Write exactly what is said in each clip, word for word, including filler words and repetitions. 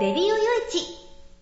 レディオよいち。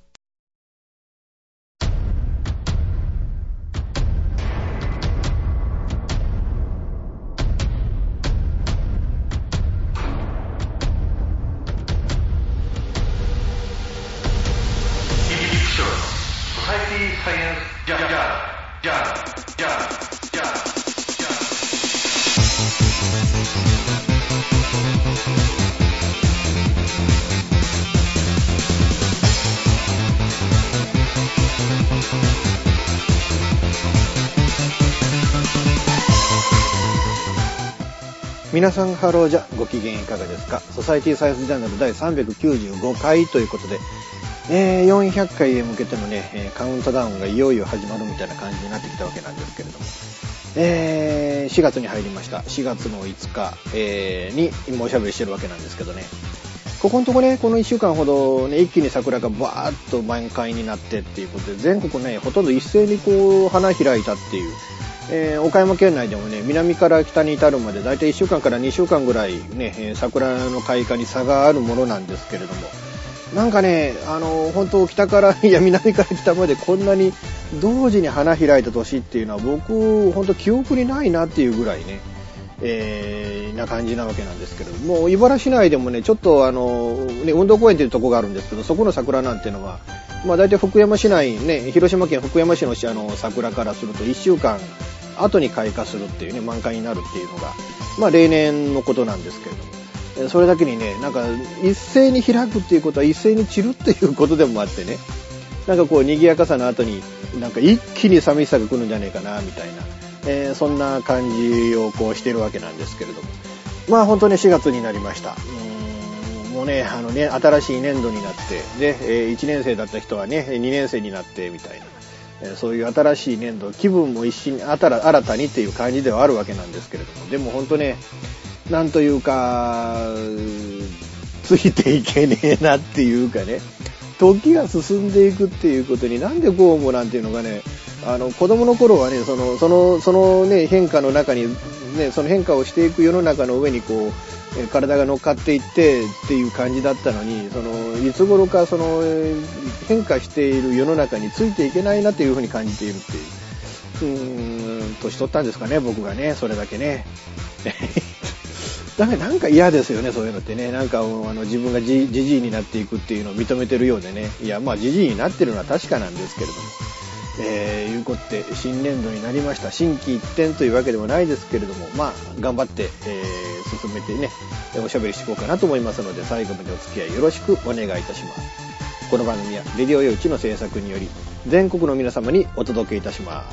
皆さんハローじゃご機嫌いかがですか。ソサエティサイエンスジャーナル第さんびゃくきゅうじゅうごかいということで、えー、よんひゃっかいへ向けてのねカウントダウンがいよいよ始まるみたいな感じになってきたわけなんですけれども、えー、しがつに入りました。しがつのいつか、えー、に今おしゃべりしてるわけなんですけどね、ここのとこね、このいっしゅうかんほどね、一気に桜がバーッと満開になってっていうことで、全国ねほとんど一斉にこう花開いたっていう、えー、岡山県内でもね、南から北に至るまでだいたいいっしゅうかんからにしゅうかんぐらいね、えー、桜の開花に差があるものなんですけれども、なんかね、あの本当北からいや南から北までこんなに同時に花開いた年っていうのは僕本当記憶にないなっていうぐらいね、えー、な感じなわけなんですけれども、もう茨城市内でもねちょっとあの、ね、運動公園というところがあるんですけど、そこの桜なんていうのは、まあ、大体福山市内ね、広島県福山市の、あの桜からするといっしゅうかん後に開花するっていうね、満開になるっていうのがまあ例年のことなんですけれども、それだけにね、なんか一斉に開くっていうことは一斉に散るっていうことでもあってね、なんかこう賑やかさの後になんか一気に寂しさが来るんじゃねえかなみたいな、えー、そんな感じをこうしてるわけなんですけれども、まあ本当にしがつになりました。うーん、もうね、あのね、新しい年度になってで、えー、いちねん生だった人はねにねん生になってみたいな、そういう新しい年度、気分も一新新たにっていう感じではあるわけなんですけれども、でも本当ね、なんというかついていけねえなっていうかね、時が進んでいくっていうことになんでこうもなんていうのがね、あの子供の頃はね、そのそのそのね変化の中にね、その変化をしていく世の中の上にこう体が乗っかっていってっていう感じだったのに、そのいつ頃かその変化している世の中についていけないなというふうに感じているっていう、うーん、年取ったんですかね、僕がね、それだけねだからなんか嫌ですよね、そういうのってね。なんかあの自分がじじいになっていくっていうのを認めてるようでね、いやまあじじいになってるのは確かなんですけれども、えー、いうことで新年度になりました。心機一転というわけでもないですけれども、まあ頑張って、えー、進めてねおしゃべりしていこうかなと思いますので、最後までお付き合いよろしくお願いいたします。この番組はレディオよいちの制作により全国の皆様にお届けいたします。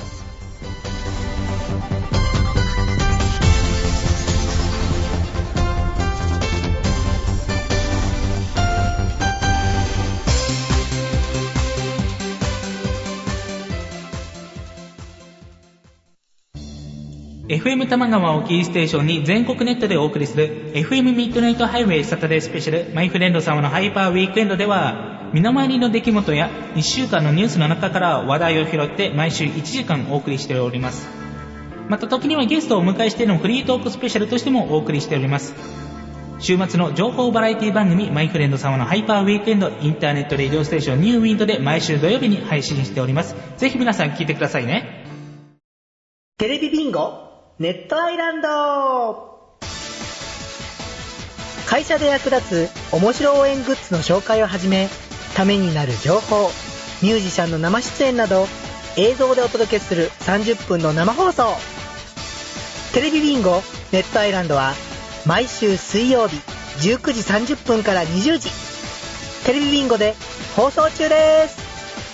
エフエム 多摩川をキーステーションに全国ネットでお送りする エフエム ミッドナイトハイウェイサタデースペシャルマイフレンド様のハイパーウィークエンドでは、身の回りの出来事やいっしゅうかんのニュースの中から話題を拾って毎週いちじかんお送りしております。また時にはゲストをお迎えしてのフリートークスペシャルとしてもお送りしております。週末の情報バラエティ番組マイフレンド様のハイパーウィークエンド、インターネットレディオステーションニューウィンドで毎週土曜日に配信しております。ぜひ皆さん聞いてくださいね。 テレビビンゴネットアイランド。会社で役立つ面白応援グッズの紹介をはじめ、ためになる情報、ミュージシャンの生出演など映像でお届けするさんじゅっぷんの生放送。テレビビンゴネットアイランドは毎週水曜日じゅうくじさんじゅっぷんからにじゅうじ、テレビビンゴで放送中です。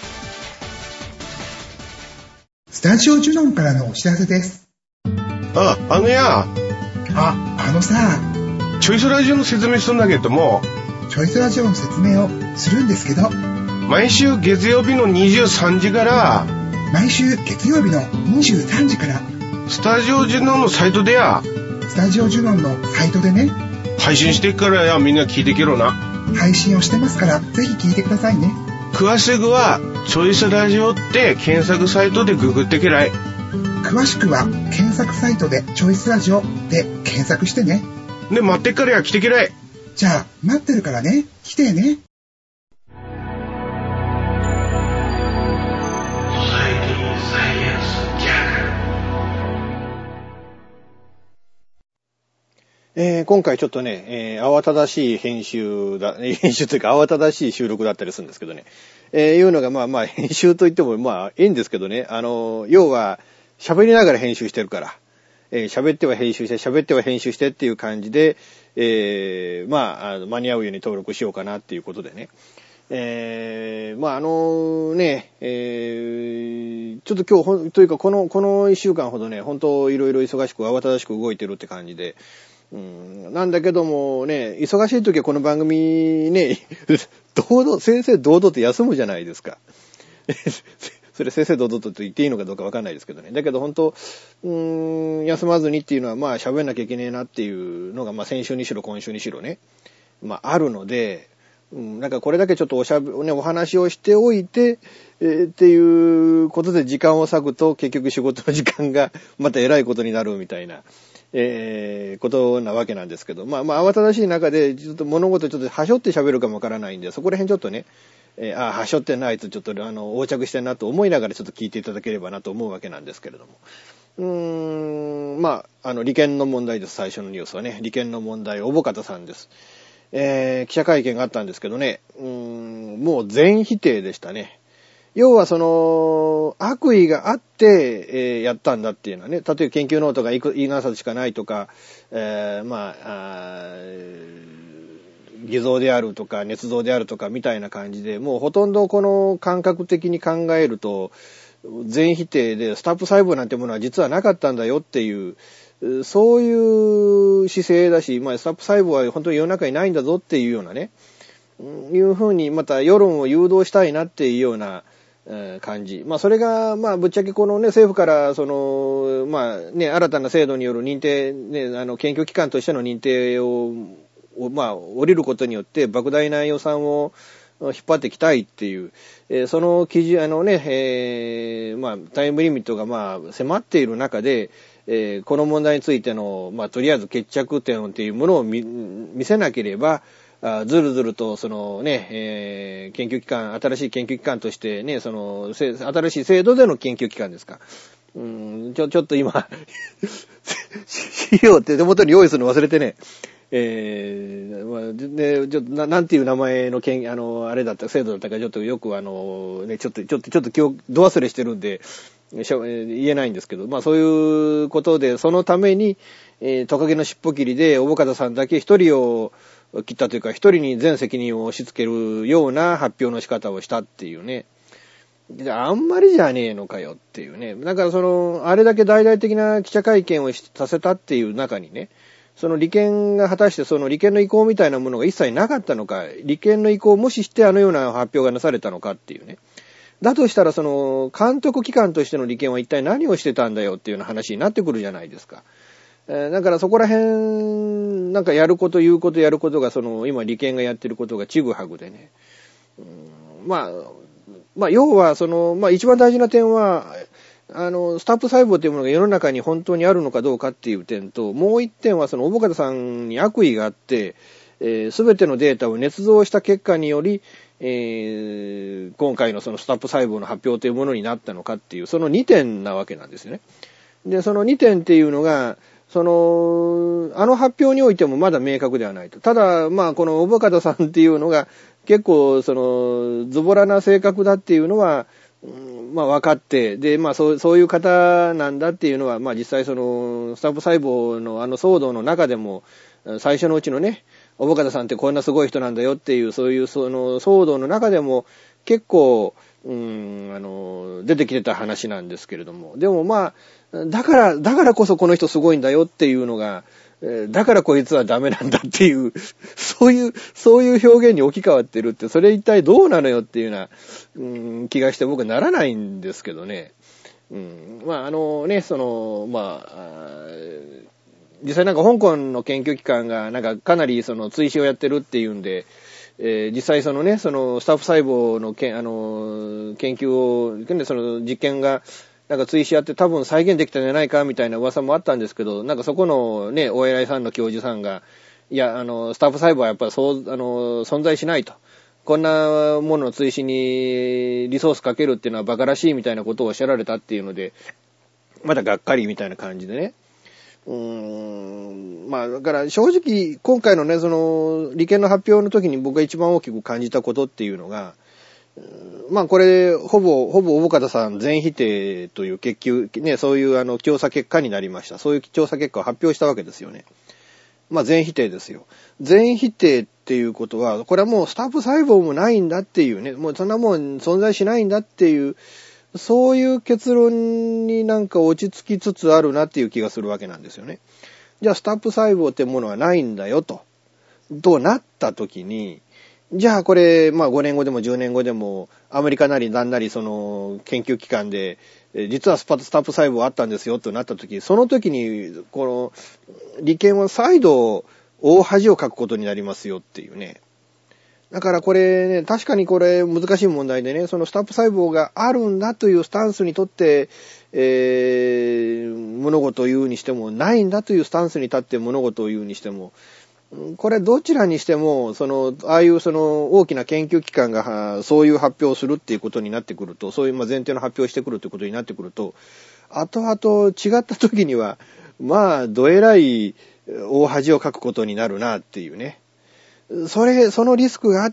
スタジオジュノンからのお知らせです。 あ、あのや。 あ、あのさ。 チョイスラジオの説明するんだけども。 チョイスラジオの説明をするんですけど。 毎週月曜日のにじゅうさんじから。 毎週月曜日のにじゅうさんじから。 スタジオジュノンのサイトでや。 スタジオジュノンのサイトでね。 配信してっからや、みんな聞いてけろな。 配信をしてますから、ぜひ聞いてくださいね。 詳しくは、チョイスラジオって検索サイトでググってけらい。 詳しくは検索サイトでチョイスラジオで検索してね。 ね、待ってっからや、来てけらい。 じゃあ待ってるからね、来てね。 えー、今回ちょっとね、えー、慌ただしい編集だ、編集というか慌ただしい収録だったりするんですけどね。えー、いうのがまあまあ編集といってもまあいいんですけどね。あの、要は喋りながら編集してるから、えー、喋っては編集して、喋っては編集してっていう感じで、えー、まあ、あの間に合うように登録しようかなっていうことでね。えー、まああのね、えー、ちょっと今日ほん、というかこの、この一週間ほどね、本当いろいろ忙しく慌ただしく動いてるって感じで、うん、なんだけどもね、忙しい時はこの番組ね、堂々、正々堂々と休むじゃないですか。それ正々堂々と言っていいのかどうかわかんないですけどね。だけど本当、うーん、休まずにっていうのはまあ喋んなきゃいけねえなっていうのがまあ先週にしろ今週にしろね、まああるので、うん、なんかこれだけちょっとおしゃべ、ね、お話をしておいて、えー、っていうことで時間を割くと結局仕事の時間がまた偉いことになるみたいな。えー、ことなわけなんですけど、まあまあ慌ただしい中でちょっと物事ちょっとはしょって喋るかもわからないんで、そこら辺ちょっとね、えー、ああはしょってないとちょっとあの横着してんなと思いながらちょっと聞いていただければなと思うわけなんですけれども、うーん、まああの利権の問題です。最初のニュースはね、利権の問題、小保方さんです。えー、記者会見があったんですけどね、うーん、もう全否定でしたね。要はその悪意があって、えー、やったんだっていうのはね、例えば研究ノートが言いなさしかないとか、えー、まあ、あ偽造であるとか捏造であるとかみたいな感じで、もうほとんどこの感覚的に考えると全否定で、スタップ細胞なんてものは実はなかったんだよっていう、そういう姿勢だし、まあスタップ細胞は本当に世の中にないんだぞっていうようなね、いうふうにまた世論を誘導したいなっていうような感じ。まあそれが、まあぶっちゃけこのね、政府からその、まあね、新たな制度による認定、ね、あの、研究機関としての認定を、まあ降りることによって莫大な予算を引っ張ってきたいっていう、えー、その基準、あのね、えー、まあタイムリミットがまあ迫っている中で、えー、この問題についての、まあとりあえず決着点っていうものを 見, 見せなければ、あずるずると、そのね、えー、研究機関、新しい研究機関としてね、その、新しい制度での研究機関ですか。うん、ちょ、ちょっと今、資料って手元に用意するの忘れてね、えー、まあ、で、ちょっとな、なんていう名前の研、あの、あれだった、制度だったか、ちょっとよくあの、ね、ちょっと、ちょっと、ちょっと今日、ど忘れしてるんで、言えないんですけど、まあそういうことで、そのために、えー、トカゲの尻尾切りで、小保方さんだけ一人を、切ったというか、一人に全責任を押し付けるような発表の仕方をしたっていうね。あんまりじゃねえのかよっていうね。だからその、あれだけ大々的な記者会見をさせたっていう中にね、その利権が果たしてその利権の意向みたいなものが一切なかったのか、利権の意向を無視してあのような発表がなされたのかっていうね。だとしたらその、監督機関としての利権は一体何をしてたんだよっていうような話になってくるじゃないですか。えー、だからそこら辺、なんかやること言うことやることがその、今利権がやってることがちぐはぐでね。うん、まあ、まあ要はその、まあ一番大事な点は、あの、スタップ細胞というものが世の中に本当にあるのかどうかっていう点と、もう一点はその、小保方さんに悪意があって、すべ、えー、てのデータを捏造した結果により、えー、今回のそのスタップ細胞の発表というものになったのかっていう、そのにてんなわけなんですよね。で、そのにてんっていうのが、その、あの発表においてもまだ明確ではないと。ただ、まあ、この小保方さんっていうのが、結構、その、ズボラな性格だっていうのは、うん、まあ、分かって、で、まあ、そう、そういう方なんだっていうのは、まあ、実際その、スタップ細胞のあの騒動の中でも、最初のうちのね、小保方さんってこんなすごい人なんだよっていう、そういう、その、騒動の中でも、結構、うん、あの、出てきてた話なんですけれども。でもまあ、だから、だからこそこの人すごいんだよっていうのが、だからこいつはダメなんだっていう、そういう、そういう表現に置き換わってるって、それ一体どうなのよっていうような、うん、気がして僕はならないんですけどね。うん、まああのね、その、まあ、実際なんか香港の研究機関がなんかかなりその追試をやってるっていうんで、えー、実際そのね、そのスタッフ細胞のけあの研究を、その実験がなんか追試やって多分再現できたんじゃないかみたいな噂もあったんですけど、なんかそこのね、お偉いさんの教授さんが、いや、あの、スタッフ細胞はやっぱりそう、あの、存在しないと。こんなものの追試にリソースかけるっていうのは馬鹿らしいみたいなことをおっしゃられたっていうので、まだがっかりみたいな感じでね。 うーん、まあ、だから正直、今回のね、その、理研の発表の時に僕が一番大きく感じたことっていうのが、まあこれ、ほぼ、ほぼ、小保方さん全否定という結局、ね、そういうあの、調査結果になりました。そういう調査結果を発表したわけですよね。まあ全否定ですよ。全否定っていうことは、これはもうスタップ細胞もないんだっていうね、もうそんなもん存在しないんだっていう、そういう結論になんか落ち着きつつあるなっていう気がするわけなんですよね。じゃあスタップ細胞ってものはないんだよと、となった時に、じゃあこれ、まあごねんごでもじゅうねんごでも、アメリカなりなんなりその研究機関で、実はスタップ細胞あったんですよとなった時、その時に、この、理研は再度大恥をかくことになりますよっていうね。だからこれね、確かにこれ難しい問題でね、そのスタップ細胞があるんだというスタンスにとって、えー、物事を言うにしても、ないんだというスタンスに立って物事を言うにしても、これどちらにしても、その、ああいうその大きな研究機関がそういう発表をするっていうことになってくると、そういう前提の発表をしてくるということになってくると、後々違った時には、まあ、どえらい大恥をかくことになるなっていうね。それ、そのリスクがあって、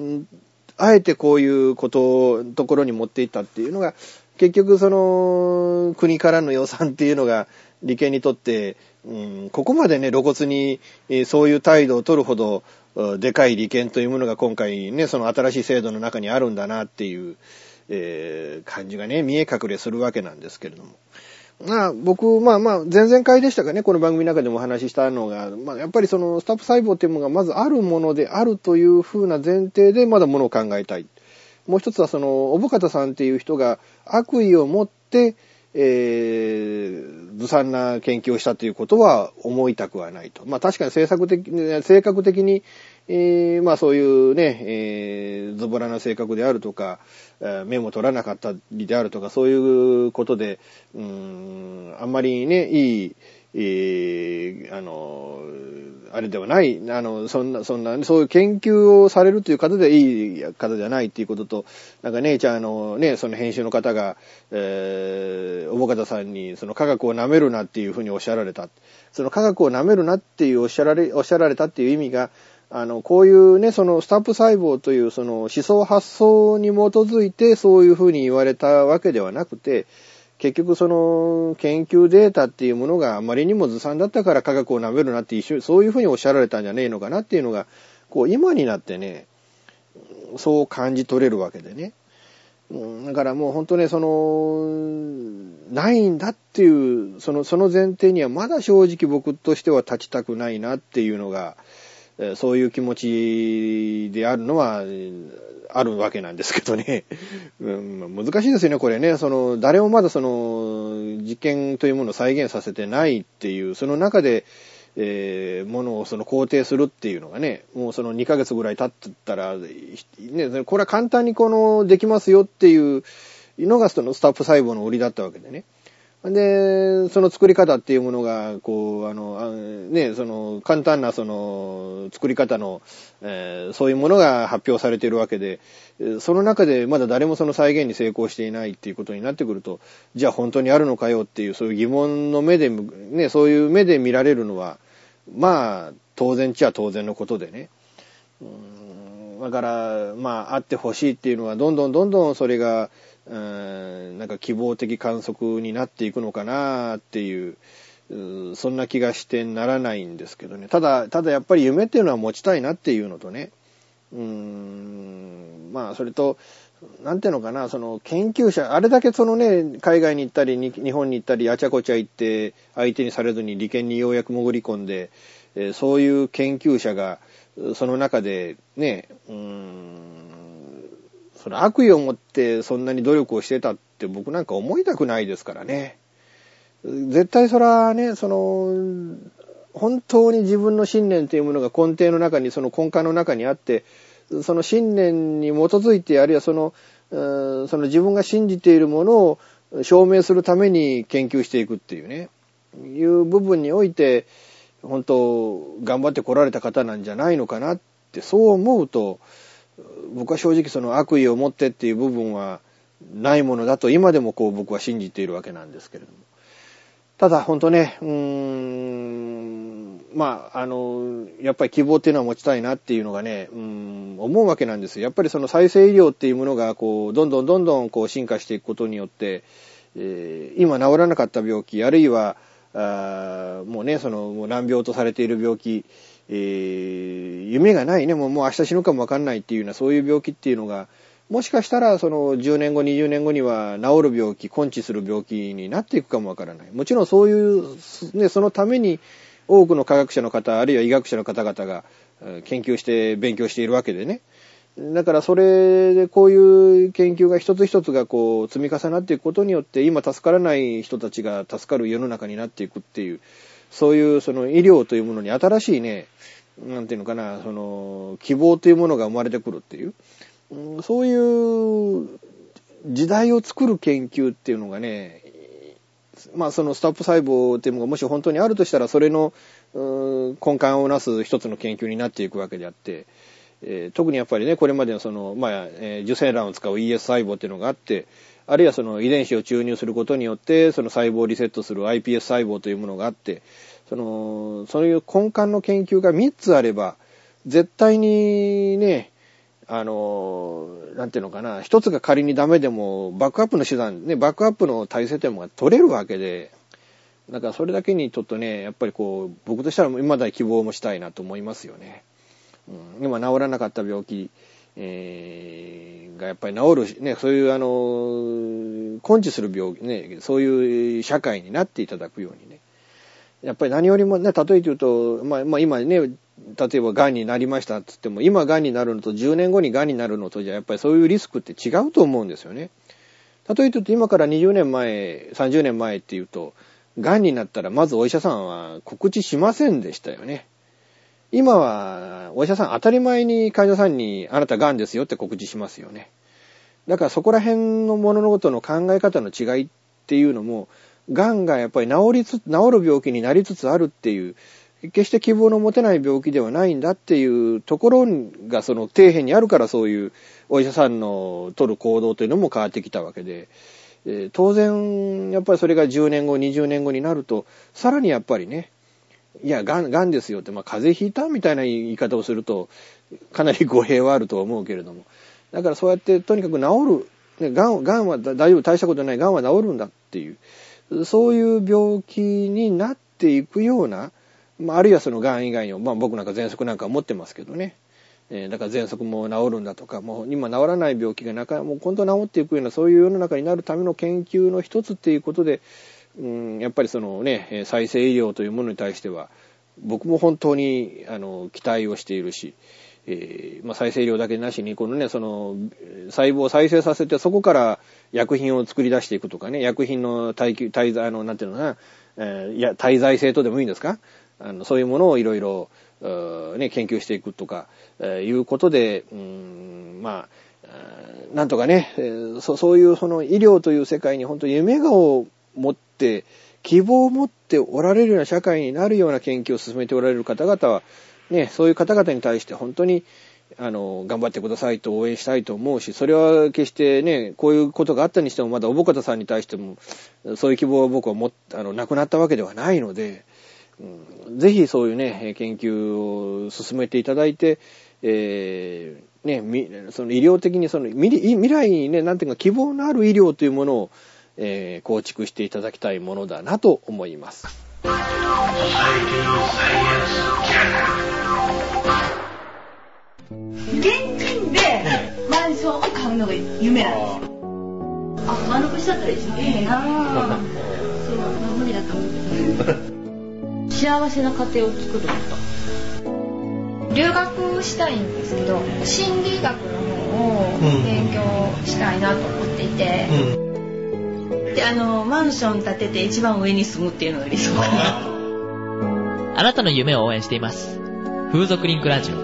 あえてこういうことを、ところに持っていったっていうのが、結局その、国からの予算っていうのが、理研にとって、うん、ここまでね、露骨に、えー、そういう態度を取るほど、でかい理研というものが今回ね、その新しい制度の中にあるんだなっていう、えー、感じがね、見え隠れするわけなんですけれども。まあ、僕、まあまあ、前々回でしたかね、この番組の中でもお話ししたのが、まあ、やっぱりその、スタップ細胞っていうものがまずあるものであるという風な前提で、まだものを考えたい。もう一つはその、小保方さんっていう人が悪意を持って、えー、ずさんな研究をしたということは思いたくはないと。まあ確かに政策的、性格的に、えー、まあそういうね、えー、ズボラな性格であるとか、目も取らなかったりであるとか、そういうことで、うーん、あんまりね、いい、えー、あの、あれではない、あの、そんな、そんな、そういう研究をされるという方でいい方じゃないっていうことと、なんかね、じゃあ、あのね、その編集の方が、えー、小保方さんに、その科学を舐めるなっていうふうにおっしゃられた。その科学を舐めるなっていうおっしゃられ、おっしゃられたっていう意味が、あの、こういうね、そのスタップ細胞というその思想発想に基づいてそういうふうに言われたわけではなくて、結局その研究データっていうものがあまりにもずさんだったから科学を舐めるなって一緒、そういうふうにおっしゃられたんじゃねえのかなっていうのが、こう今になってね、そう感じ取れるわけでね。だからもう本当ね、その、ないんだっていう、その、その前提にはまだ正直僕としては立ちたくないなっていうのが、そういう気持ちであるのは、あるわけなんですけどね。うん、難しいですよね、これね。その、誰もまだその、実験というものを再現させてないっていう、その中で、えー、ものをその肯定するっていうのがね、もうそのにかげつぐらい経ったら、ね、これは簡単にこの、できますよっていうのがそのスタップ細胞の売りだったわけでね。で、その作り方っていうものが、こう、あの、あね、その、簡単なその、作り方の、えー、そういうものが発表されているわけで、その中でまだ誰もその再現に成功していないっていうことになってくると、じゃあ本当にあるのかよっていう、そういう疑問の目で、ね、そういう目で見られるのは、まあ、当然っちゃ当然のことでね。うーん、だから、まあ、あってほしいっていうのは、どんどんどんどんそれが、うーん、なんか希望的観測になっていくのかなっていう、うそんな気がしてならないんですけどね。ただ、ただやっぱり夢っていうのは持ちたいなっていうのとね。うーん、まあ、それと、なんていうのかな、その研究者、あれだけそのね、海外に行ったり、日本に行ったり、あちゃこちゃ行って、相手にされずに理研にようやく潜り込んで、えー、そういう研究者が、その中でね、うーん、その悪意を持ってそんなに努力をしてたって僕なんか思いたくないですからね。絶対それはね、その、本当に自分の信念というものが根底の中に、その根幹の中にあって、その信念に基づいて、あるいはその、その自分が信じているものを証明するために研究していくっていうね、いう部分において、本当頑張ってこられた方なんじゃないのかなって、そう思うと、僕は正直その悪意を持ってっていう部分はないものだと今でもこう僕は信じているわけなんですけれども。 ただ本当ね、うーん、まあ、あの、やっぱり希望っていうのは持ちたいなっていうのがね、うーん、思うわけなんですよ。やっぱりその再生医療っていうものが、こう、どんどんどんどんこう進化していくことによって、えー、今治らなかった病気、あるいは、あもうね、その、もう難病とされている病気、えー、夢がないね、もう、もう明日死ぬかもわかんないっていうような、そういう病気っていうのが、もしかしたら、その、じゅうねんご、にじゅうねんごには治る病気、根治する病気になっていくかもわからない。もちろんそういう、ね、そのために、多くの科学者の方、あるいは医学者の方々が、研究して、勉強しているわけでね。だからそれでこういう研究が一つ一つがこう積み重なっていくことによって今助からない人たちが助かる世の中になっていくっていう、そういうその医療というものに新しいね、なんていうのかな、その希望というものが生まれてくるっていう、そういう時代を作る研究っていうのがね、まあそのスタップ細胞っていうのがもし本当にあるとしたらそれの根幹をなす一つの研究になっていくわけであって、えー、特にやっぱりね、これまでのその、まあ、えー、受精卵を使う イーエス 細胞っていうのがあって、あるいはその遺伝子を注入することによって、その細胞をリセットする アイピーエス 細胞というものがあって、その、そういう根幹の研究がみっつあれば、絶対にね、あの、なんていうのかな、一つが仮にダメでも、バックアップの手段、ね、バックアップの体制というのが取れるわけで、だからそれだけにちょっとね、やっぱりこう、僕としたら今だ希望を持ちたいなと思いますよね。うん、今治らなかった病気、えー、がやっぱり治る、ね、そういうあの、根治する病気、ね、そういう社会になっていただくようにね。やっぱり何よりもね、例えて言うと、まあ、まあ今ね、例えば癌になりましたって言っても、今癌になるのとじゅうねんごに癌になるのとじゃ、やっぱりそういうリスクって違うと思うんですよね。例えて言うと今からにじゅうねんまえ、さんじゅうねんまえって言うと、癌になったらまずお医者さんは告知しませんでしたよね。今は、お医者さん当たり前に患者さんにあなた癌ですよって告知しますよね。だからそこら辺の物事の考え方の違いっていうのも、癌がやっぱり治りつつ、治る病気になりつつあるっていう、決して希望の持てない病気ではないんだっていうところがその底辺にあるからそういうお医者さんの取る行動というのも変わってきたわけで、えー、当然やっぱりそれがじゅうねんご、にじゅうねんごになると、さらにやっぱりね、いや、がん、がんですよって、まあ、風邪ひいたみたいな言い方をすると、かなり語弊はあるとは思うけれども。だからそうやって、とにかく治る、ね、がん、がんは大丈夫、大したことない、がんは治るんだっていう、そういう病気になっていくような、まあ、あるいはそのがん以外にも、まあ僕なんか喘息なんか持ってますけどね。えー、だから喘息も治るんだとか、もう今治らない病気がなか、もう今度治っていくような、そういう世の中になるための研究の一つっていうことで、うん、やっぱりそのね、再生医療というものに対しては、僕も本当に、あの、期待をしているし、えー、まあ、再生医療だけなしに、このね、その、細胞を再生させて、そこから薬品を作り出していくとかね、薬品の耐久、滞在、あの、なんていうのかな、えー、いや、滞在性とでもいいんですか？あの、そういうものをいろいろ、ね、研究していくとか、えー、いうことで、うん、まあ、なんとかね、えー、そ、そういうその医療という世界に本当に夢を持って、希望を持っておられるような社会になるような研究を進めておられる方々は、ね、そういう方々に対して本当に、あの、頑張ってくださいと応援したいと思うし、それは決してね、こういうことがあったにしても、まだおぼかたさんに対しても、そういう希望は僕はもあの、なくなったわけではないので、うん、ぜひそういうね、研究を進めていただいて、えー、ね、み、その医療的にその未、未来にね、なんていうか希望のある医療というものを、えー、構築していただきたいものだなと思います。 現金でマンションを買うのが夢なんですよ。あ、満足しちゃったらいいね。いいなぁ。そう、無理だと思うけど。幸せな家庭を作ること。留学したいんですけど、心理学の方を勉強したいなと思っていて、うん、で、あのマンション建てて一番上に住むっていうのが理想かな。 あなたの夢を応援しています。風俗リンクラジオ。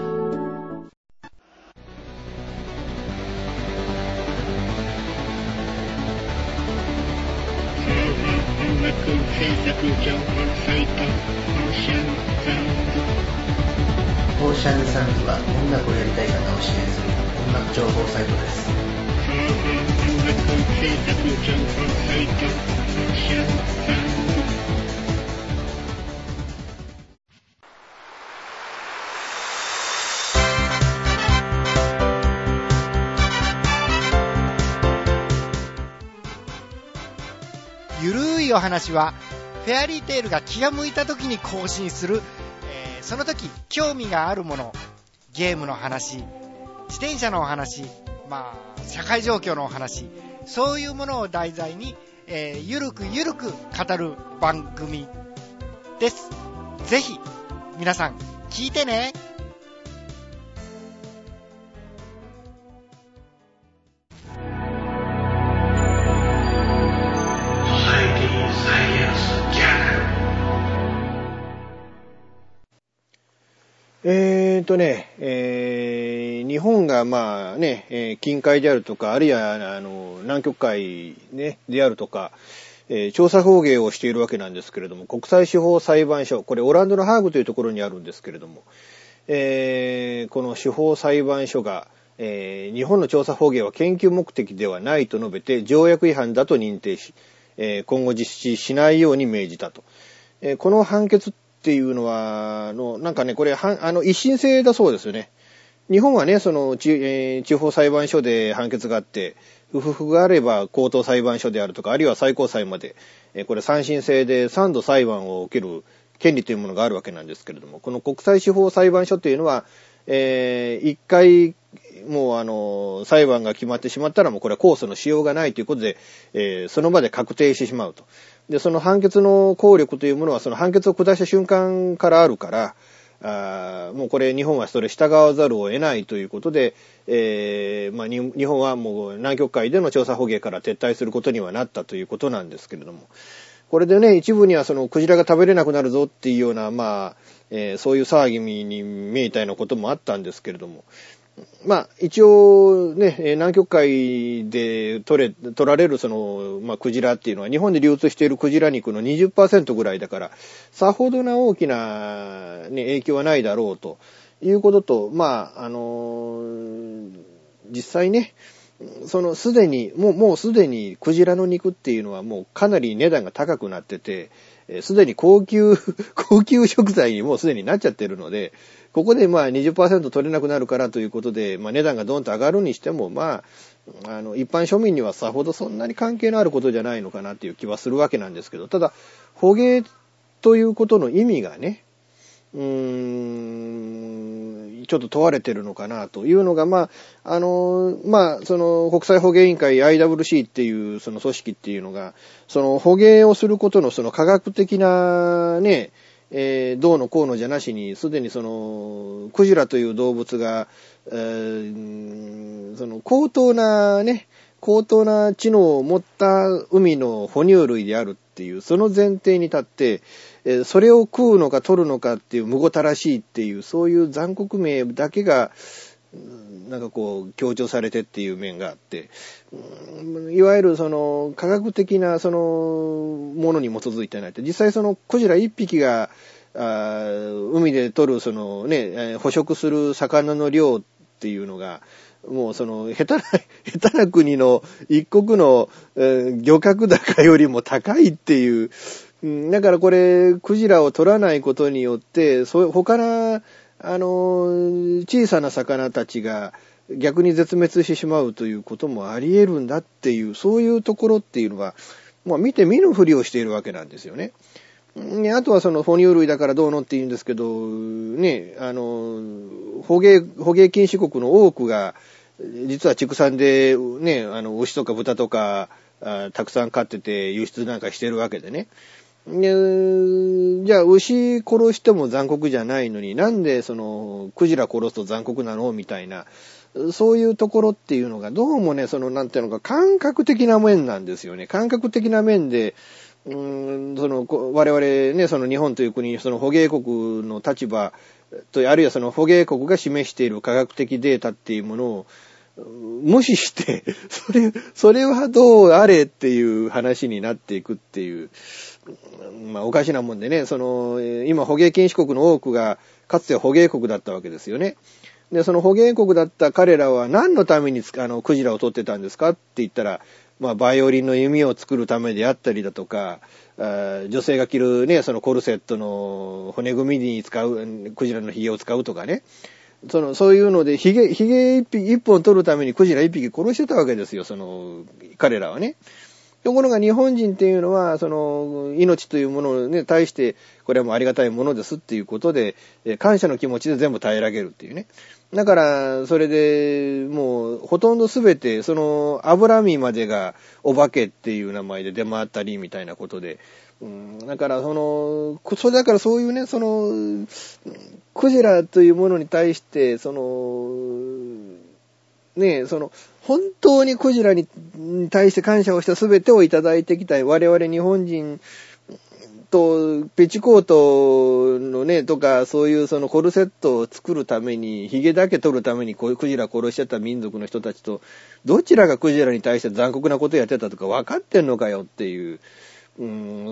オーシャンサンズは音楽をやりたい方を支援する音楽情報サイトです。 お話はフェアリーテールが気が向いた時に更新する、えー、その時興味があるもの、ゲームの話、自転車のお話、まあ社会状況のお話、そういうものを題材に、えー、ゆるくゆるく語る番組です。ぜひ皆さん聞いてね。 えーとね、えー、日本がまあね、えー、近海であるとか、あるいはあの南極海、ね、であるとか、えー、調査捕鯨をしているわけなんですけれども、国際司法裁判所、これオランダのハーグというところにあるんですけれども、えー、この司法裁判所が、えー、日本の調査捕鯨は研究目的ではないと述べて条約違反だと認定し、えー、今後実施しないように命じたと。えー、この判決っていうのは、の、なんかね、これ、は、あの、一審制だそうですよね。日本はね、その、地、えー、地方裁判所で判決があって、不服があれば高等裁判所であるとか、あるいは最高裁まで、えー、これ三審制で三度裁判を受ける権利というものがあるわけなんですけれども、この国際司法裁判所というのは、えー、一回、もうあの、裁判が決まってしまったらもうこれは控訴のしようがないということで、えー、その場で確定してしまうと。で、その判決の効力というものはその判決を下した瞬間からあるから、あもうこれ日本はそれ従わざるを得ないということで、えー、まあ日本はもう南極海での調査捕鯨から撤退することにはなったということなんですけれども、これでね、一部にはそのクジラが食べれなくなるぞっていうような、まあ、えー、そういう騒ぎに見えたようなこともあったんですけれども、まあ一応ね、南極海で取れ、取られるその、まあクジラっていうのは日本で流通しているクジラ肉の にじゅっパーセント ぐらいだから、さほどな大きな、ね、影響はないだろうということと、まああのー、実際ね、そのすでに、もう、もうすでにクジラの肉っていうのはもうかなり値段が高くなってて、すでに高級、高級食材にもうすでになっちゃってるので、ここでまあ にじゅっパーセント 取れなくなるからということで、まあ値段がドンと上がるにしても、まあ、あの、一般庶民にはさほどそんなに関係のあることじゃないのかなっていう気はするわけなんですけど、ただ、捕鯨ということの意味がね、うーん、ちょっと問われてるのかなというのが、まあ、あの、まあ、その国際捕鯨委員会 アイダブリューシー っていうその組織っていうのが、その捕鯨をすることのその科学的なね、えー、どうのこうのじゃなしに、すでにその、クジラという動物が、えー、その高等なね、高等な知能を持った海の哺乳類であるっていう、その前提に立って、えー、それを食うのか取るのかっていうむごたらしいっていう、そういう残酷名だけが、なんかこう強調されてっていう面があって、いわゆるその科学的なそのものに基づいてないって、実際そのクジラ一匹があ海で取るそのね捕食する魚の量っていうのがもうその下手な下手な国の一国の、えー、漁獲高よりも高いっていう、だからこれクジラを取らないことによってそう他のあの小さな魚たちが逆に絶滅してしまうということもあり得るんだっていう、そういうところっていうのは、まあ見て見ぬふりをしているわけなんですよね。あとはその哺乳類だからどうのって言うんですけど、ね、あの、捕鯨、捕鯨禁止国の多くが、実は畜産でね、あの、牛とか豚とか、あたくさん飼ってて輸出なんかしてるわけでね。でじゃあ牛殺しても残酷じゃないのになんでそのクジラ殺すと残酷なのみたいな、そういうところっていうのがどうもね、そのなんていうのか感覚的な面なんですよね。感覚的な面で、うーんその我々ね、その日本という国、その捕鯨国の立場と、あるいはその捕鯨国が示している科学的データっていうものを無視して、それ、それはどうあれっていう話になっていくっていう、まあおかしなもんでね、その、今捕鯨禁止国の多くが、かつては捕鯨国だったわけですよね。で、その捕鯨国だった彼らは何のためにあの、クジラを取ってたんですかって言ったら、まあ、バイオリンの弓を作るためであったりだとか、あ女性が着るね、そのコルセットの骨組みに使う、クジラの髭を使うとかね。その、そういうので、髭、髭一匹、一本取るためにクジラ一匹殺してたわけですよ、その、彼らはね。 ところが日本人っていうのは、その、命というものに対して、これはもうありがたいものですっていうことで、感謝の気持ちで全部平らげるっていうね。だから、それで、もう、ほとんどすべて、その、脂身までがお化けっていう名前で出回ったりみたいなことで、うん、だから、その、それだからそういうね、その、クジラというものに対して、その、ね、その、本当にクジラに対して感謝をしたすべてをいただいてきた我々日本人と、ペチコートのね、とか、そういうそのコルセットを作るために、ヒゲだけ取るためにこういうクジラ殺しちゃった民族の人たちと、どちらがクジラに対して残酷なことをやってたとか分かってんのかよっていう、うん、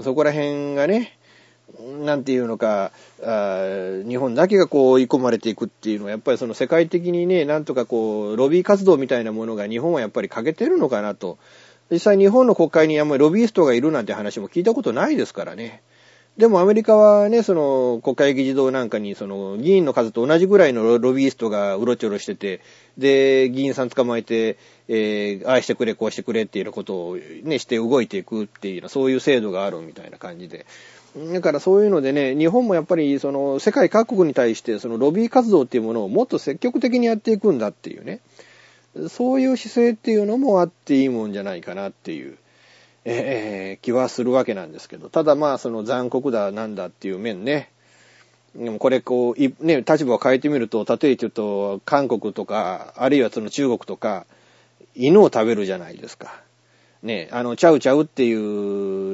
そこら辺がね、なんていうのか、あ日本だけがこう追い込まれていくっていうのは、やっぱりその世界的にね、なんとかこう、ロビー活動みたいなものが日本はやっぱり欠けてるのかなと。実際日本の国会にあんまりロビーストがいるなんて話も聞いたことないですからね。でもアメリカはね、その国会議事堂なんかにその議員の数と同じぐらいのロビーストがうろちょろしてて、で、議員さん捕まえて、えー、ああしてくれ、こうしてくれっていうようなことをね、して動いていくっていうのは、そういう制度があるみたいな感じで。だからそういうのでね、日本もやっぱりその世界各国に対してそのロビー活動っていうものをもっと積極的にやっていくんだっていうね、そういう姿勢っていうのもあっていいもんじゃないかなっていう、えー、気はするわけなんですけど、ただまあその残酷だなんだっていう面ね、でもこれこう、ね、立場を変えてみると、例えて言うと韓国とか、あるいはその中国とか、犬を食べるじゃないですか。ね、あの、チャウチャウっていう、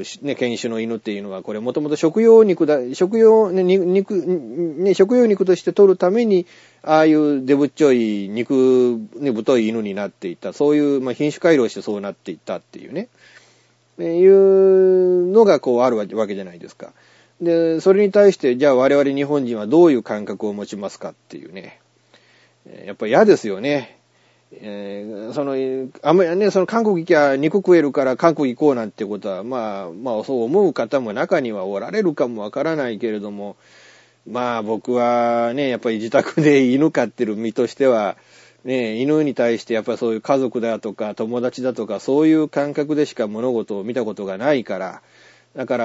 ね、犬種の犬っていうのは、これもともと食用肉だ、食用、ね、肉、ね、食用肉として取るために、ああいうデブっちょい肉、ね、太い犬になっていった。そういう、まあ、品種改良してそうなっていったっていうね。いうのがこうあるわけじゃないですか。で、それに対して、じゃあ我々日本人はどういう感覚を持ちますかっていうね。やっぱり嫌ですよね。えー、その、あんまりね、その韓国行きゃ肉食えるから韓国行こうなんてことは、まあ、まあそう思う方も中にはおられるかもわからないけれども、まあ僕はね、やっぱり自宅で犬飼ってる身としては、ね、犬に対してやっぱりそういう家族だとか友達だとかそういう感覚でしか物事を見たことがないから、だから、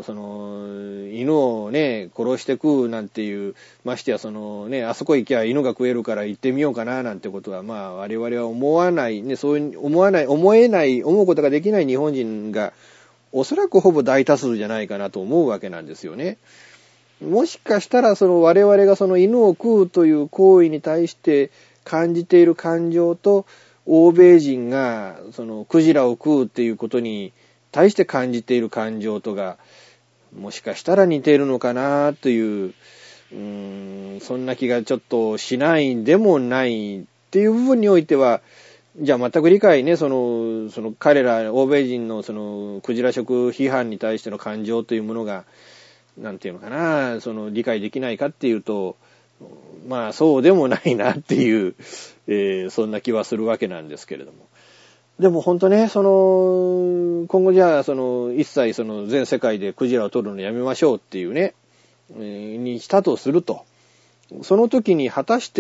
その、犬をね、殺して食うなんていう、ましてやそのね、あそこ行きゃ犬が食えるから行ってみようかななんてことは、まあ我々は思わない、ね、そういう思わない、思えない、思うことができない日本人が、おそらくほぼ大多数じゃないかなと思うわけなんですよね。もしかしたらその我々がその犬を食うという行為に対して感じている感情と、欧米人がそのクジラを食うっていうことに対して感じている感情とがもしかしたら似ているのかなという、うーん、そんな気がちょっとしないでもないっていう部分においては、じゃあ全く理解ね、その、その彼ら欧米人のそのクジラ食批判に対しての感情というものが、なんていうのかな、その理解できないかっていうと、まあそうでもないなっていう、えー、そんな気はするわけなんですけれども。でも本当ね、その、今後じゃあ、その、一切その全世界でクジラを取るのやめましょうっていうね、えー、にしたとすると。その時に果たして、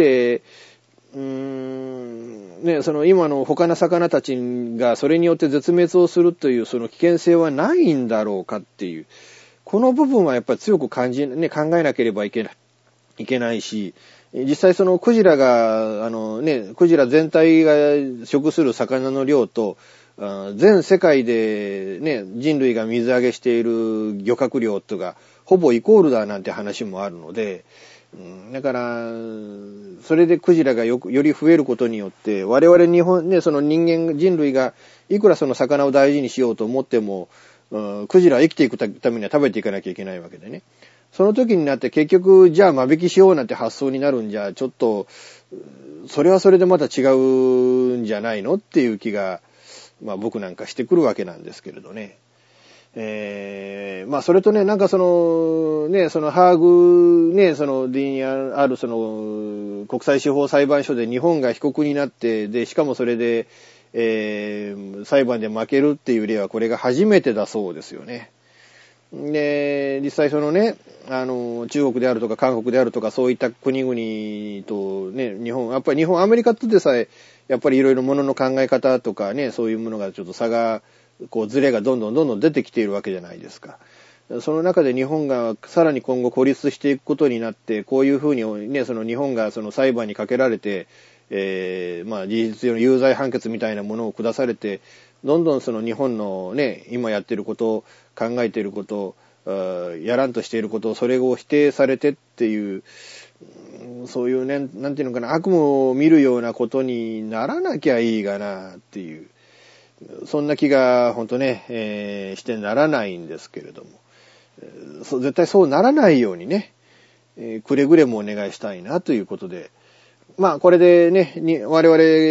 うーん、ね、その今の他の魚たちがそれによって絶滅をするというその危険性はないんだろうかっていう。この部分はやっぱり強く感じ、ね、考えなければいけない、いけないし、実際そのクジラが、あのね、クジラ全体が食する魚の量と、全世界でね、人類が水揚げしている漁獲量とがほぼイコールだなんて話もあるので、だから、それでクジラがよく、より増えることによって、我々日本、ね、その人間、人類がいくらその魚を大事にしようと思っても、クジラは生きていくためには食べていかなきゃいけないわけでね。その時になって結局、じゃあ間引きしようなんて発想になるんじゃ、ちょっと、それはそれでまた違うんじゃないのっていう気が、まあ僕なんかしてくるわけなんですけれどね。えー、まあそれとね、なんかその、ね、そのハーグ、ね、その ディーにあるその国際司法裁判所で日本が被告になって、で、しかもそれで、えー、裁判で負けるっていう例はこれが初めてだそうですよね。で、実際そのね、あの、中国であるとか韓国であるとかそういった国々とね、日本、やっぱり日本、アメリカとでさえ、やっぱりいろいろものの考え方とかね、そういうものがちょっと差がこうズレがどんどんどんどん出てきているわけじゃないですか。その中で日本がさらに今後孤立していくことになって、こういうふうにね、その日本がその裁判にかけられて、えー、まあ事実上の有罪判決みたいなものを下されて、どんどんその日本のね、今やっていることを、考えていることを、やらんとしていることを、それを否定されてっていう、そういうね、なんていうのかな、悪夢を見るようなことにならなきゃいいがなっていう、そんな気が本当ね、えー、してならないんですけれども、そう絶対そうならないようにね、えー、くれぐれもお願いしたいなということで、まあこれでね、に我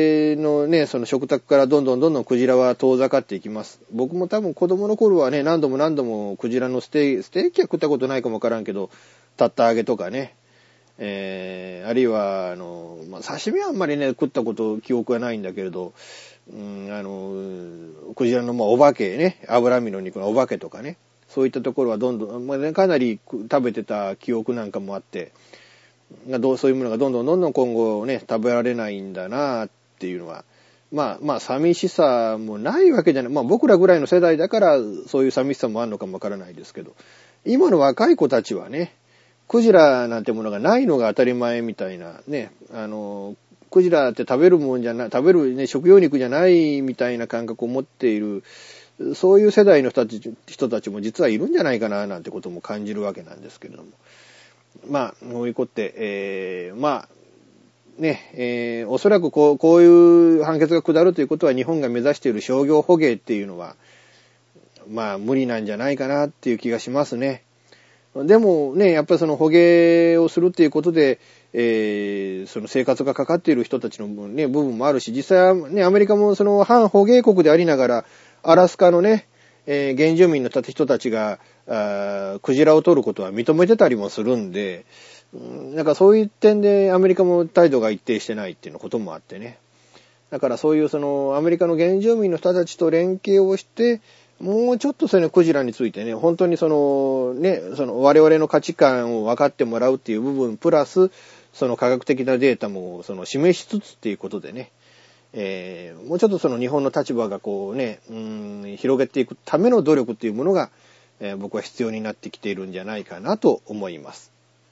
々のね、その食卓からどんどんどんどんクジラは遠ざかっていきます。僕も多分子供の頃はね、何度も何度もクジラのステーキ、ステーキは食ったことないかもわからんけど、タッタ揚げとかね、えー、あるいは、あの、まあ、刺身はあんまりね、食ったこと記憶はないんだけれど、うん、あの、クジラのまあお化けね、脂身の肉のお化けとかね、そういったところはどんどん、まあね、かなり食べてた記憶なんかもあって、どうそういうものがどんどんどんどん今後ね、食べられないんだなっていうのは、まあまあ寂しさもないわけじゃない。まあ僕らぐらいの世代だからそういう寂しさもあるのかもわからないですけど、今の若い子たちはね、クジラなんてものがないのが当たり前みたいなね、あの、クジラって食べるもんじゃない、食べるね、食用肉じゃないみたいな感覚を持っている、そういう世代の人たち、人たちも実はいるんじゃないかななんてことも感じるわけなんですけれども。まあ、こういうことで、えー、まあ、ね、えー、おそらくこう、こういう判決が下るということは日本が目指している商業捕鯨っていうのは、まあ無理なんじゃないかなっていう気がしますね。でもね、やっぱりその捕鯨をするっていうことで、えー、その生活がかかっている人たちの、ね、部分もあるし、実際はね、アメリカもその反捕鯨国でありながら、アラスカのね、えー、原住民の人たちが、あクジラを取ることは認めてたりもするんで、なんかそういう点でアメリカも態度が一定してないっていうのこともあってね。だからそういうそのアメリカの原住民の人たちと連携をして、もうちょっとそのクジラについてね、本当にそのね、その我々の価値観を分かってもらうっていう部分プラス、その科学的なデータもその示しつつっていうことでね、えー、もうちょっとその日本の立場がこうね、うーん、広げていくための努力っていうものが、えー、僕は必要になってきているんじゃないかなと思います。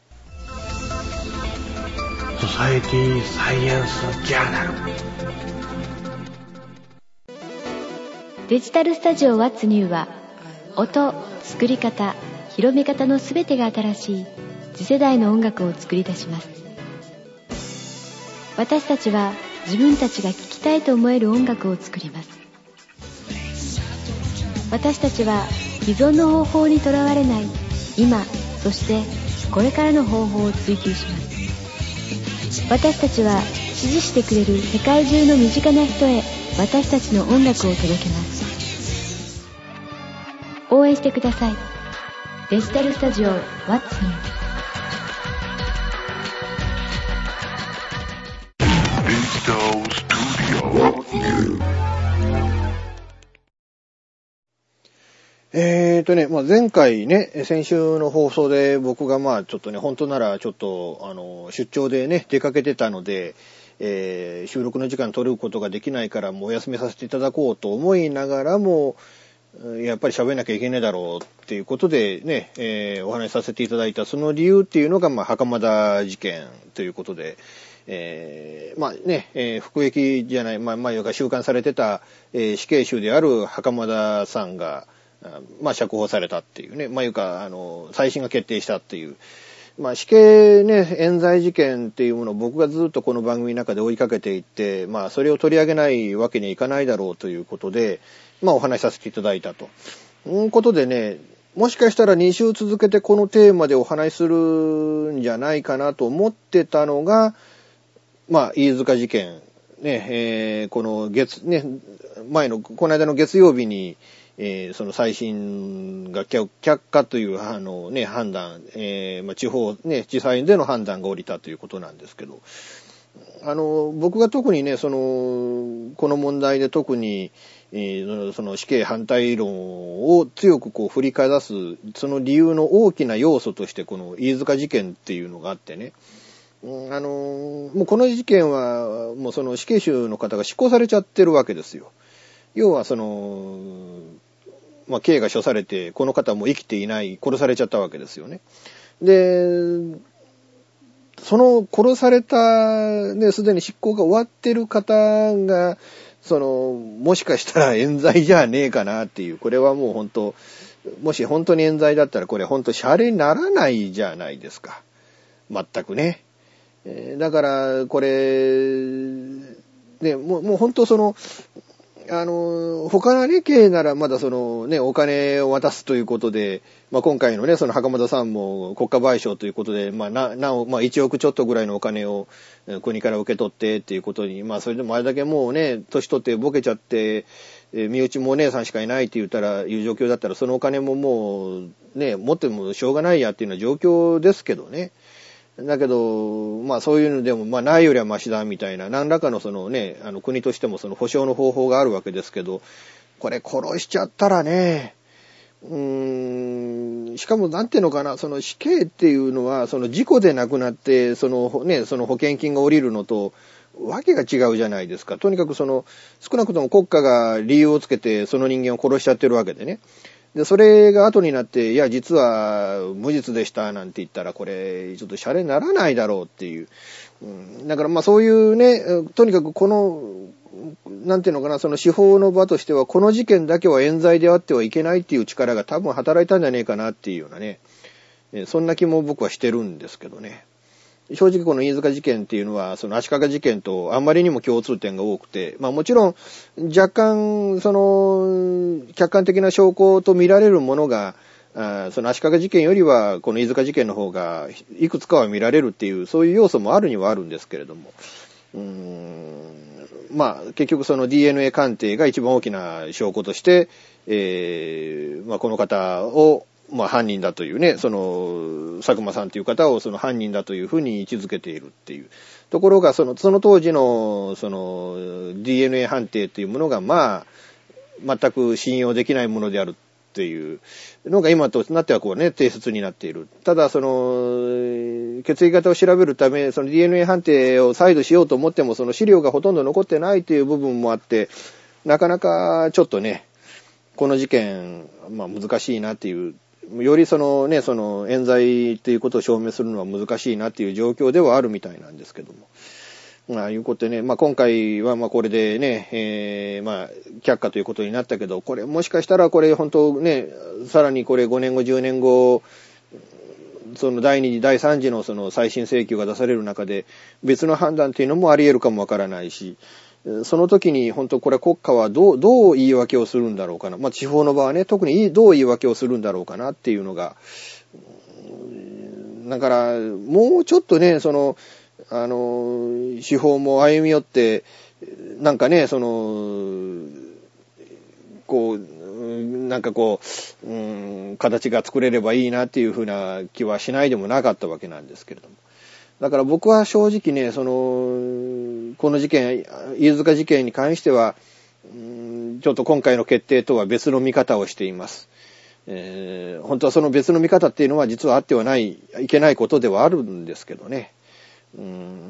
ソサエティサイエンスジャーナル。 デジタルスタジオ What's New は音、作り方、広め方のすべてが新しい次世代の音楽を作り出します。私たちは自分たちが聴きたいと思える音楽を作ります。私たちは既存の方法にとらわれない今、そしてこれからの方法を追求します。私たちは支持してくれる世界中の身近な人へ私たちの音楽を届けます。応援してください。デジタルスタジオ What's New。 えーとね、まあ、前回ね、先週の放送で僕がまあちょっとね、本当ならちょっとあの出張でね、出かけてたので、えー、収録の時間取ることができないからもうお休みさせていただこうと思いながらも、やっぱり喋んなきゃいけねえだろうっていうことでね、えー、お話しさせていただいたその理由っていうのが、まあ、袴田事件ということで、えー、まあね、えー、服役じゃない、まあ、前が収監されてた、えー、死刑囚である袴田さんが、まあ、釈放されたっていうね、まあ、いうか、あの、再審が決定したっていう、まあ、死刑ね、冤罪事件っていうものを僕がずっとこの番組の中で追いかけていって、まあ、それを取り上げないわけにはいかないだろうということで、まあ、お話しさせていただいたと。いうことでね、もしかしたらに週続けてこのテーマでお話しするんじゃないかなと思ってたのが、まあ、飯塚事件、ね、えー、この月、ね、前の、この間の月曜日に、えー、その再審が却下というあのね判断、えー、まあ、地方ね地裁での判断が下りたということなんですけど、あの僕が特にねそのこの問題で特に、えー、その死刑反対論を強くこう振りかざすその理由の大きな要素としてこの飯塚事件っていうのがあってね、うん、あのもうこの事件はもうその死刑囚の方が執行されちゃってるわけですよ。 要はその、まあ、刑が処されて、この方も生きていない、殺されちゃったわけですよね。で、その殺された、ね、すでに執行が終わってる方が、その、もしかしたら冤罪じゃねえかなっていう、これはもう本当、もし本当に冤罪だったら、これ本当シャレにならないじゃないですか。全くね。えー、だから、これ、ね、もう、もう本当その、あの、他のね、刑ならまだそのね、お金を渡すということで、まあ今回のね、その袴田さんも国家賠償ということで、まあな、なお、まあいちおくちょっとぐらいのお金を国から受け取ってっていうことに、まあそれでもあれだけもうね、年取ってボケちゃって、えー、身内もお姉さんしかいないって言ったら、いう状況だったら、そのお金ももうね、持ってもしょうがないやっていうような状況ですけどね。だけど、まあそういうのでも、まあないよりはマシだみたいな、何らかのそのね、あの国としてもその保障の方法があるわけですけど、これ殺しちゃったらね、うーん、しかもなんていうのかな、その死刑っていうのは、その事故で亡くなって、そのね、その保険金が下りるのと、わけが違うじゃないですか。とにかくその、少なくとも国家が理由をつけて、その人間を殺しちゃってるわけでね。で、それが後になって、いや、実は無実でした、なんて言ったら、これ、ちょっとシャレにならないだろうっていう。うん、だからまあそういうね、とにかくこの、なんていうのかな、その司法の場としては、この事件だけは冤罪であってはいけないっていう力が多分働いたんじゃねえかなっていうようなね、そんな気も僕はしてるんですけどね。正直この飯塚事件っていうのは、その足利事件とあんまりにも共通点が多くて、まあもちろん若干、その、客観的な証拠と見られるものが、あその足利事件よりは、この飯塚事件の方が、いくつかは見られるっていう、そういう要素もあるにはあるんですけれども、うーんまあ結局その ディーエヌエー 鑑定が一番大きな証拠として、えー、まあこの方を、まあ犯人だというね、その、佐久間さんという方をその犯人だというふうに位置づけているっていうところが、その、その当時の、その、ディーエヌエー 判定というものが、まあ、全く信用できないものであるっていうのが今となってはこうね、定説になっている。ただ、その、血液型を調べるため、その ディーエヌエー 判定を再度しようと思っても、その資料がほとんど残ってないという部分もあって、なかなかちょっとね、この事件、まあ難しいなっていう、よりそのね、その冤罪っていうことを証明するのは難しいなっていう状況ではあるみたいなんですけども。まあいうことでね、まあ今回はまあこれでね、えー、まあ却下ということになったけど、これもしかしたらこれ本当ね、さらにこれごねんご、じゅうねんご、その第二次、第三次のその再審請求が出される中で別の判断っていうのもあり得るかもわからないし、その時に本当これ国家はどう、どう言い訳をするんだろうかな。まあ地方の場はね、特にどう言い訳をするんだろうかなっていうのが、だからもうちょっとね、その、あの、司法も歩み寄って、なんかね、その、こう、なんかこう、うん、形が作れればいいなっていうふうな気はしないでもなかったわけなんですけれども。だから僕は正直ね、その、この事件、飯塚事件に関しては、うん、ちょっと今回の決定とは別の見方をしています。えー、本当はその別の見方っていうのは実はあってはない、いけないことではあるんですけどね。うん、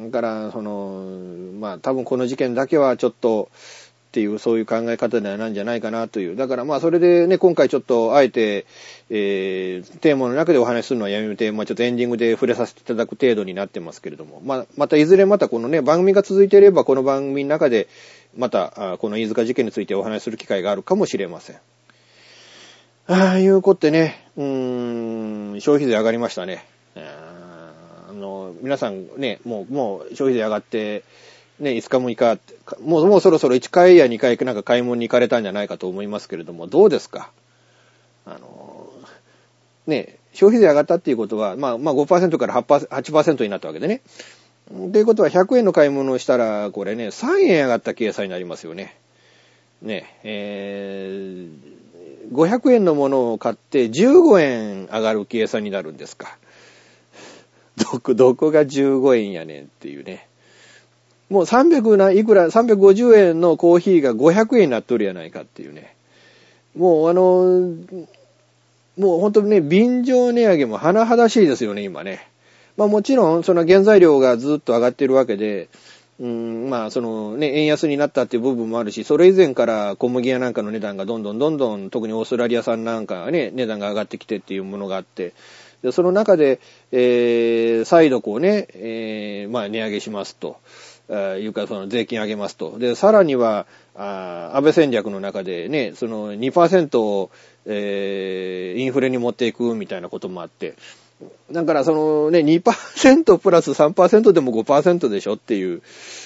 だから、その、まあ多分この事件だけはちょっと、っていうそういう考え方ではないんじゃないかなという。だからまあそれでね、今回ちょっとあえて、えー、テーマの中でお話しするのはやめて、まあちょっとエンディングで触れさせていただく程度になってますけれども、まあまたいずれまたこのね、番組が続いていればこの番組の中で、またこの飯塚事件についてお話しする機会があるかもしれません。ああいうことでね、うーん、消費税上がりましたね。あの、皆さんね、もう、もう消費税上がって、ね、いつかもいか、もう、もうそろそろいっかいやにかいなんか買い物に行かれたんじゃないかと思いますけれども、どうですか？あの、ね、消費税上がったっていうことは、まあ、まあ ごパーセント から はちパーセント になったわけでね。ということはひゃくえんの買い物をしたら、これね、さんえん上がった計算になりますよね。ね、えー、ごひゃくえんのものを買ってじゅうごえん上がる計算になるんですか。どこ、どこがじゅうごえんやねんっていうね。もうさんびゃくないくら、さんびゃくごじゅうえんのコーヒーがごひゃくえんになっとるやないかっていうね。もうあの、もう本当にね、便乗値上げも甚だしいですよね、今ね。まあもちろん、その原材料がずっと上がってるわけで、 うん、まあ、そのね、円安になったっていう部分もあるし、それ以前から小麦やなんかの値段がどんどんどんどん、特にオーストラリア産なんかがね、値段が上がってきてっていうものがあって、でその中で、えー、再度こうね、えー、まあ、値上げしますと。いうか、その税金上げますと。で、さらには、あ安倍戦略の中でね、その にパーセント を、えー、インフレに持っていくみたいなこともあって、だからそのね、にパーセント プラス さんパーセント でも ごパーセント でしょっていう、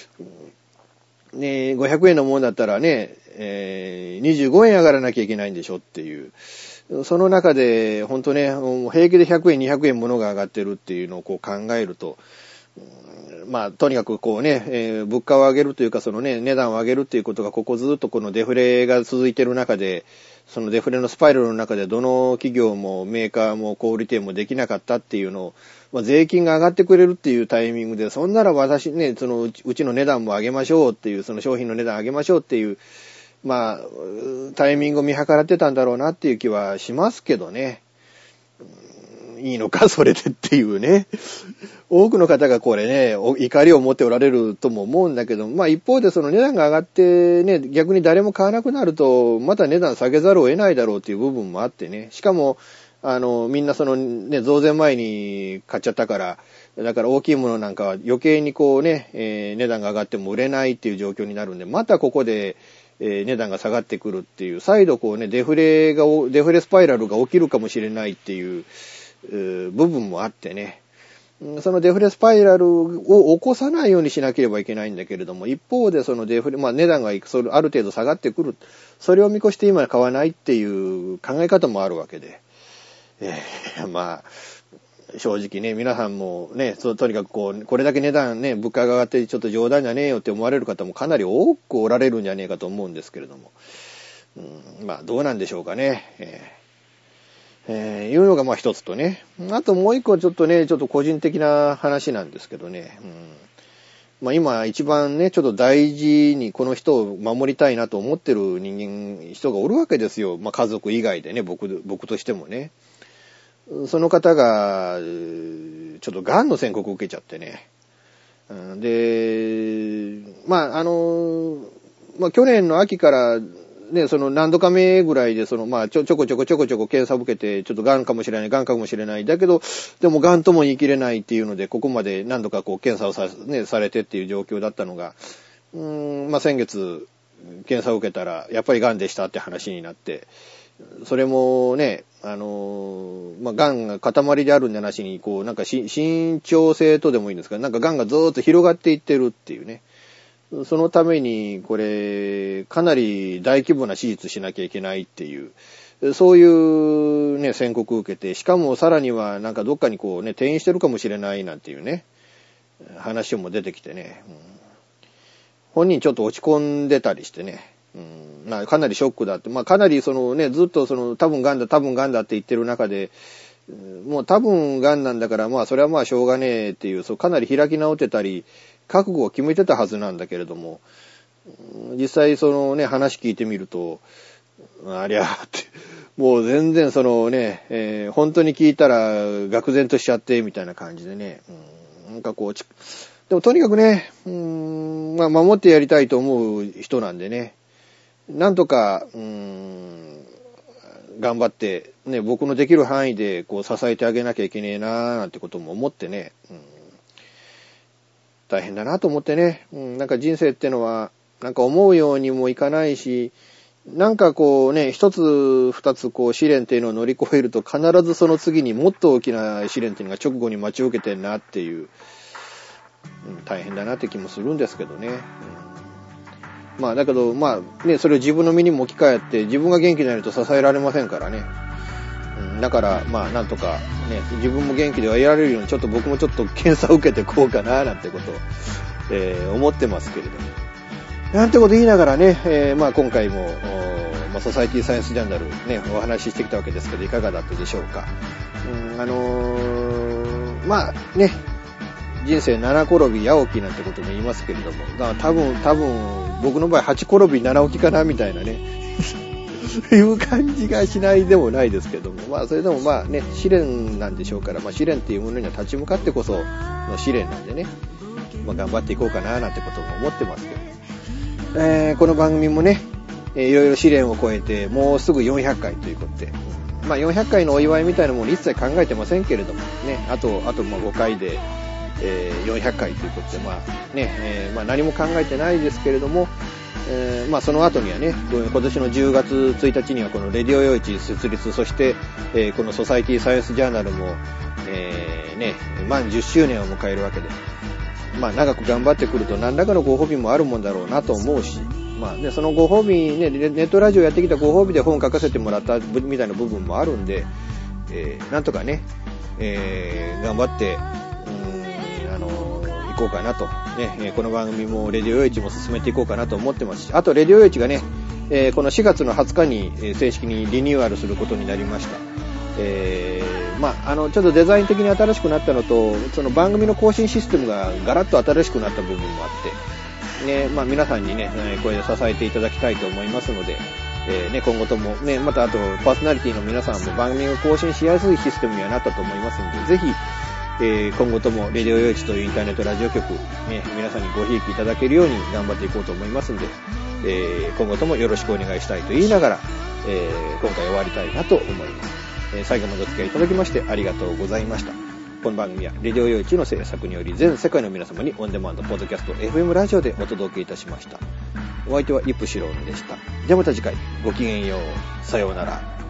ね、ごひゃくえんのものだったらね、えー、にじゅうごえん上がらなきゃいけないんでしょっていう。その中で、ほんとね、平気でひゃくえん、にひゃくえん物が上がってるっていうのをこう考えると、まあ、とにかくこうね、えー、物価を上げるというか、そのね、値段を上げるっていうことが、ここずっとこのデフレが続いている中で、そのデフレのスパイラルの中で、どの企業もメーカーも小売店もできなかったっていうのを、まあ、税金が上がってくれるっていうタイミングで、そんなら私ね、そのうち、うちの値段も上げましょうっていう、その商品の値段上げましょうっていう、まあ、タイミングを見計らってたんだろうなっていう気はしますけどね。いいのかそれでっていうね。多くの方がこれね、怒りを持っておられるとも思うんだけど、まあ一方でその値段が上がってね、逆に誰も買わなくなると、また値段下げざるを得ないだろうっていう部分もあってね。しかも、あの、みんなそのね、増税前に買っちゃったから、だから大きいものなんかは余計にこうね、えー、値段が上がっても売れないっていう状況になるんで、またここで、えー、値段が下がってくるっていう、再度こうね、デフレが、デフレスパイラルが起きるかもしれないっていう、部分もあってね、そのデフレスパイラルを起こさないようにしなければいけないんだけれども、一方でそのデフレ、まあ値段がある程度下がってくる、それを見越して今買わないっていう考え方もあるわけで、えー、まあ正直ね、皆さんもね、そうとにかくこうこれだけ値段ね、物価が上がってちょっと冗談じゃねえよって思われる方もかなり多くおられるんじゃねえかと思うんですけれども、うん、まあどうなんでしょうかね。えーえー、いうのがまあ一つとね。あともう一個ちょっとね、ちょっと個人的な話なんですけどね。うん、まあ今一番ね、ちょっと大事にこの人を守りたいなと思ってる人間、人がおるわけですよ。まあ家族以外でね、僕、僕としてもね。その方が、ちょっと癌の宣告を受けちゃってね。で、まああの、まあ去年の秋から、ね、その何度か目ぐらいで、その、まあ、ちょ、ちょこちょこちょこちょこ検査を受けて、ちょっと癌かもしれない、癌かもしれない。だけど、でも癌とも言い切れないっていうので、ここまで何度かこう検査をさ、ね、されてっていう状況だったのが、うーん、まあ、先月、検査を受けたら、やっぱり癌でしたって話になって、それもね、あの、まあ、癌が塊であるんじゃなしに、こう、なんかし、伸長性とでもいいんですか、なんか癌がずーっと広がっていってるっていうね。そのために、これ、かなり大規模な手術しなきゃいけないっていう、そういうね、宣告を受けて、しかもさらにはなんかどっかにこうね、転院してるかもしれないなんていうね、話も出てきてね、うん、本人ちょっと落ち込んでたりしてね、うん、まあかなりショックだって、まあかなりそのね、ずっとその多分癌だ、多分癌だって言ってる中で、もう多分癌なんだから、まあそれはまあしょうがねえっていう、そうかなり開き直ってたり、覚悟を決めてたはずなんだけれども、実際そのね、話聞いてみると、ありゃーって、もう全然そのね、えー、本当に聞いたら愕然としちゃってみたいな感じでね、うん、なんかこう、でもとにかくね、うーん、まあ守ってやりたいと思う人なんでね、なんとか、うーん、頑張って、ね、僕のできる範囲でこう支えてあげなきゃいけねえなーなんてことも思ってね、うん、大変だなと思ってね、うん、なんか人生ってのは、なんか思うようにもいかないし、なんかこうね、一つ二つこう試練っていうのを乗り越えると必ずその次にもっと大きな試練っていうのが直後に待ち受けてんなっていう、うん、大変だなって気もするんですけどね。うん、まあだけどまあね、それを自分の身にも置き換えて自分が元気になると支えられませんからね。うん、だからまあなんとかね、自分も元気ではいられるようにちょっと僕もちょっと検査を受けてこうかななんてことを、えー、思ってますけれども。なんてこと言いながらね、えー、まあ今回も、まあ、ソサイティサイエンスジャーナルね、お話ししてきたわけですけど、いかがだったでしょうか。うん、あのー、まあね、人生七転び八起きなんてことも言いますけれども、だから多分、多分、僕の場合八転び七起きかなみたいなね、いう感じがしないでもないですけども、まあそれでもまあね、試練なんでしょうから、まあ試練っていうものには立ち向かってこその試練なんでね、 まあ、頑張っていこうかななんてことも思ってますけど、えー、この番組もね、えー、いろいろ試練を超えてもうすぐよんひゃっかいということで、まあ、よんひゃっかいのお祝いみたいなもの一切考えてませんけれどもね、あとあとまあごかいで、えー、よんひゃっかいということで、まあね、えーまあ、何も考えてないですけれども、えーまあ、その後にはね、今年のじゅうがつついたちにはこのレディオ用地設立、そして、えー、このソサイティサイエンスジャーナルも、えーね、満じゅっしゅうねんを迎えるわけで、まあ、長く頑張ってくると何らかのご褒美もあるもんだろうなと思うし、まあね、そのご褒美、ね、ネットラジオやってきたご褒美で本書かせてもらったみたいな部分もあるんで、えー、なんとかね、えー、頑張って、うーん、あのー、行こうかなと、ね、この番組もレディオ用地も進めていこうかなと思ってますし、あとレディオ用地がね、えー、このしがつのはつかに正式にリニューアルすることになりました。えー、まあ、あの、ちょっとデザイン的に新しくなったのと、その番組の更新システムがガラッと新しくなった部分もあって、ね、まあ、皆さんにね、これで支えていただきたいと思いますので、えー、ね、今後ともね、またあとパーソナリティの皆さんも番組を更新しやすいシステムにはなったと思いますので、ぜひ、えー、今後ともレディオ用地というインターネットラジオ局、ね、皆さんにごひいきいただけるように頑張っていこうと思いますので、えー、今後ともよろしくお願いしたいと言いながら、えー、今回終わりたいなと思います。えー、最後までお付き合いいただきましてありがとうございました。この番組はレディオ用地の制作により全世界の皆様にオンデマンドポッドキャスト エフエム ラジオでお届けいたしました。お相手はイップシローンでした。じゃあまた次回ごきげんよう。さようなら。